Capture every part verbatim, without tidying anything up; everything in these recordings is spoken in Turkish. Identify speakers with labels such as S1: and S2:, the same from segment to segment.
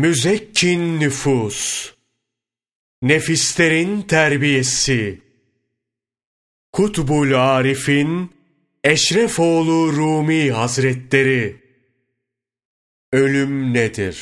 S1: Müzekkin nüfus, nefislerin terbiyesi, Kutbul Arif'in Eşrefoğlu Rumi Hazretleri. Ölüm nedir?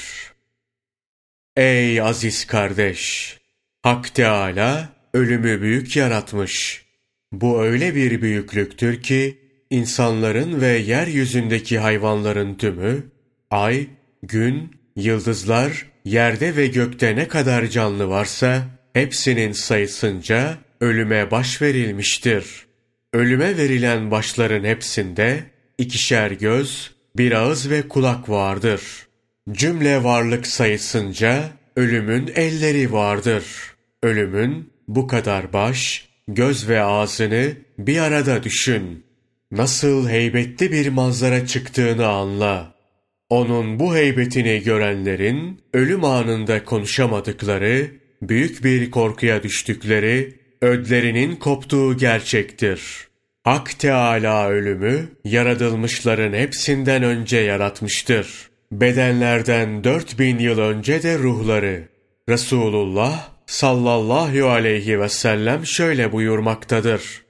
S1: Ey aziz kardeş! Hak Teâlâ ölümü büyük yaratmış. Bu öyle bir büyüklüktür ki, insanların ve yeryüzündeki hayvanların tümü, ay, gün, yıldızlar, yerde ve gökte ne kadar canlı varsa, hepsinin sayısınca ölüme baş verilmiştir. Ölüme verilen başların hepsinde ikişer göz, bir ağız ve kulak vardır. Cümle varlık sayısınca ölümün elleri vardır. Ölümün bu kadar baş, göz ve ağzını bir arada düşün. Nasıl heybetli bir manzara çıktığını anla. Onun bu heybetini görenlerin ölüm anında konuşamadıkları, büyük bir korkuya düştükleri, ödlerinin koptuğu gerçektir. Hak Teâlâ ölümü yaratılmışların hepsinden önce yaratmıştır. Bedenlerden dört bin yıl önce de ruhları. Resulullah sallallahu aleyhi ve sellem şöyle buyurmaktadır: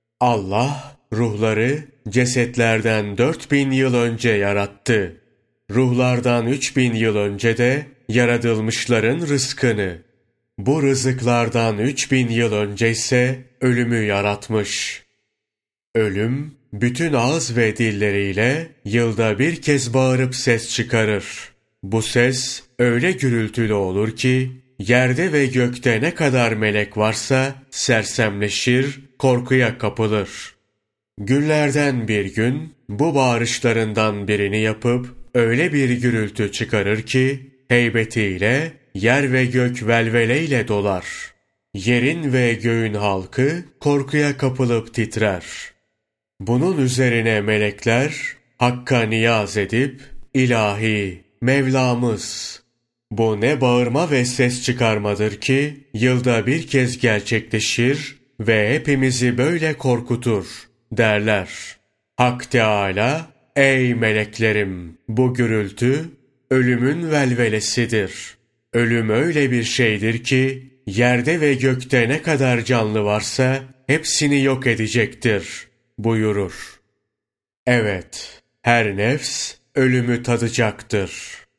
S1: Allah ruhları cesetlerden dört bin yıl önce yarattı. Ruhlardan üç bin yıl önce de yaratılmışların rızkını. Bu rızıklardan üç bin yıl önce ise ölümü yaratmış. Ölüm, bütün ağız ve dilleriyle yılda bir kez bağırıp ses çıkarır. Bu ses öyle gürültülü olur ki, yerde ve gökte ne kadar melek varsa sersemleşir, korkuya kapılır. Günlerden bir gün bu bağırışlarından birini yapıp öyle bir gürültü çıkarır ki, heybetiyle yer ve gök velveleyle dolar. Yerin ve göğün halkı korkuya kapılıp titrer. Bunun üzerine melekler Hakk'a niyaz edip, İlahi, Mevlamız, bu ne bağırma ve ses çıkarmadır ki yılda bir kez gerçekleşir ve hepimizi böyle korkutur derler. Hak Teâlâ, ey meleklerim, bu gürültü ölümün velvelesidir. Ölüm öyle bir şeydir ki yerde ve gökte ne kadar canlı varsa hepsini yok edecektir buyurur. Evet, her nefs ölümü tadacaktır.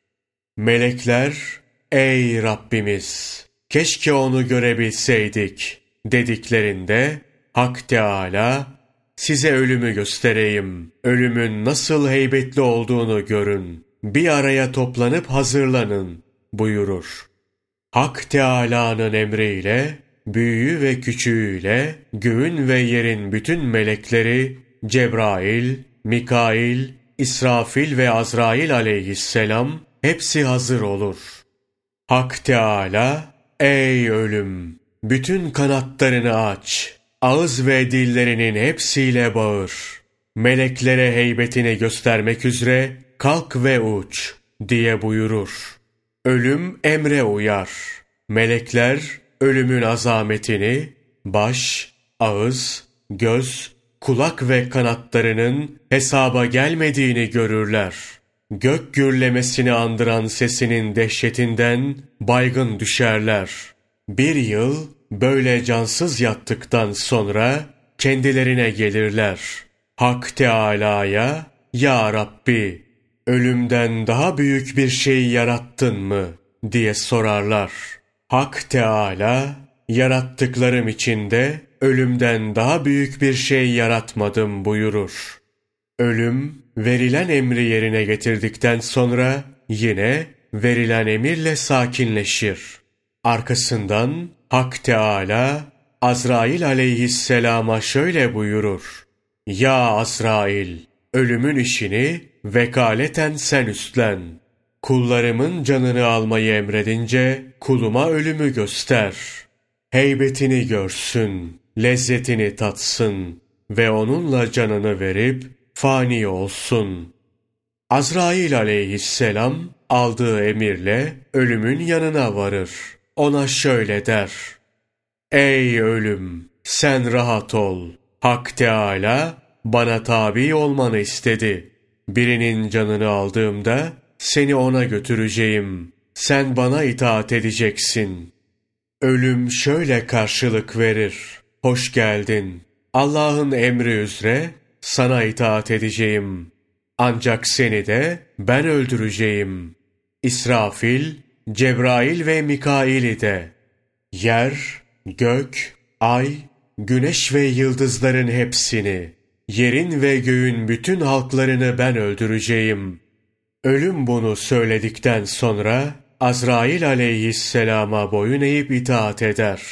S1: Melekler, ey Rabbimiz, keşke onu görebilseydik dediklerinde Hak Teâlâ, size ölümü göstereyim, ölümün nasıl heybetli olduğunu görün, bir araya toplanıp hazırlanın buyurur. Hak Teâlâ'nın emriyle, büyüğü ve küçüğüyle, göğün ve yerin bütün melekleri, Cebrail, Mikail, İsrafil ve Azrail aleyhisselam, hepsi hazır olur. Hak Teâlâ, ey ölüm, bütün kanatlarını aç, ağız ve dillerinin hepsiyle bağır. Meleklere heybetini göstermek üzere kalk ve uç diye buyurur. Ölüm emre uyar. Melekler ölümün azametini, baş, ağız, göz, kulak ve kanatlarının hesaba gelmediğini görürler. Gök gürlemesini andıran sesinin dehşetinden baygın düşerler. Bir yıl böyle cansız yattıktan sonra kendilerine gelirler. Hak Teâlâ'ya, Ya Rabbi, ölümden daha büyük bir şey yarattın mı diye sorarlar. Hak Teâlâ, yarattıklarım içinde ölümden daha büyük bir şey yaratmadım buyurur. Ölüm, verilen emri yerine getirdikten sonra yine verilen emirle sakinleşir. Arkasından Hak Teâlâ, Azrail aleyhisselama şöyle buyurur: Ya Azrail, ölümün işini vekaleten sen üstlen. Kullarımın canını almayı emredince kuluma ölümü göster. Heybetini görsün, lezzetini tatsın ve onunla canını verip fani olsun. Azrail aleyhisselam aldığı emirle ölümün yanına varır. Ona şöyle der: Ey ölüm, sen rahat ol. Hak Teâlâ bana tabi olmanı istedi. Birinin canını aldığımda seni ona götüreceğim. Sen sen bana itaat edeceksin. Ölüm şöyle karşılık verir. Hoş geldin. Allah'ın emri üzere sana itaat edeceğim. Ancak seni de ben öldüreceğim. İsrafil, Cebrail ve Mikail'i de. Yer, gök, ay, güneş ve yıldızların hepsini, yerin ve göğün bütün halklarını ben öldüreceğim. Ölüm bunu söyledikten sonra Azrail aleyhisselama boyun eğip itaat eder.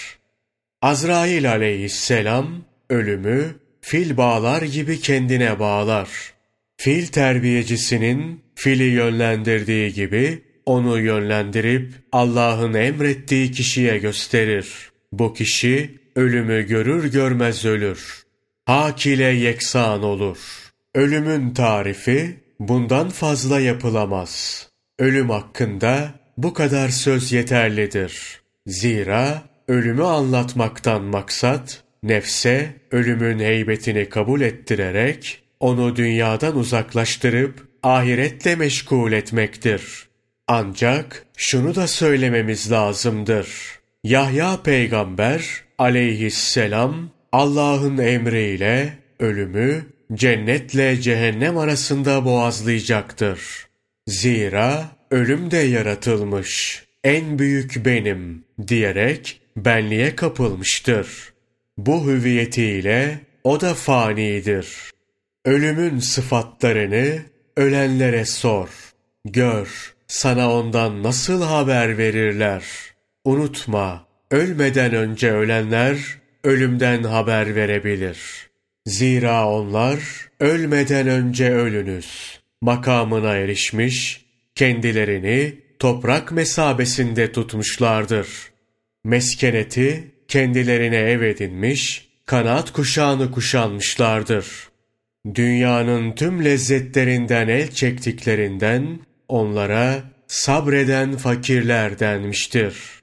S1: Azrail aleyhisselam ölümü fil bağlar gibi kendine bağlar. Fil terbiyecisinin fili yönlendirdiği gibi onu yönlendirip Allah'ın emrettiği kişiye gösterir. Bu kişi ölümü görür görmez ölür. Hak ile yeksan olur. Ölümün tarifi bundan fazla yapılamaz. Ölüm hakkında bu kadar söz yeterlidir. Zira ölümü anlatmaktan maksat, nefse ölümün heybetini kabul ettirerek, onu dünyadan uzaklaştırıp ahiretle meşgul etmektir. Ancak şunu da söylememiz lazımdır. Yahya peygamber aleyhisselam Allah'ın emriyle ölümü cennetle cehennem arasında boğazlayacaktır. Zira ölüm de yaratılmış, en büyük benim diyerek benliğe kapılmıştır. Bu hüviyetiyle o da fanidir. Ölümün sıfatlarını ölenlere sor. Gör, sana ondan nasıl haber verirler. Unutma, ölmeden önce ölenler ölümden haber verebilir. Zira onlar ölmeden önce ölünüz makamına erişmiş, kendilerini toprak mesabesinde tutmuşlardır. Meskeneti kendilerine ev edinmiş, kanat kuşağını kuşanmışlardır. Dünyanın tüm lezzetlerinden el çektiklerinden onlara sabreden fakirler denmiştir.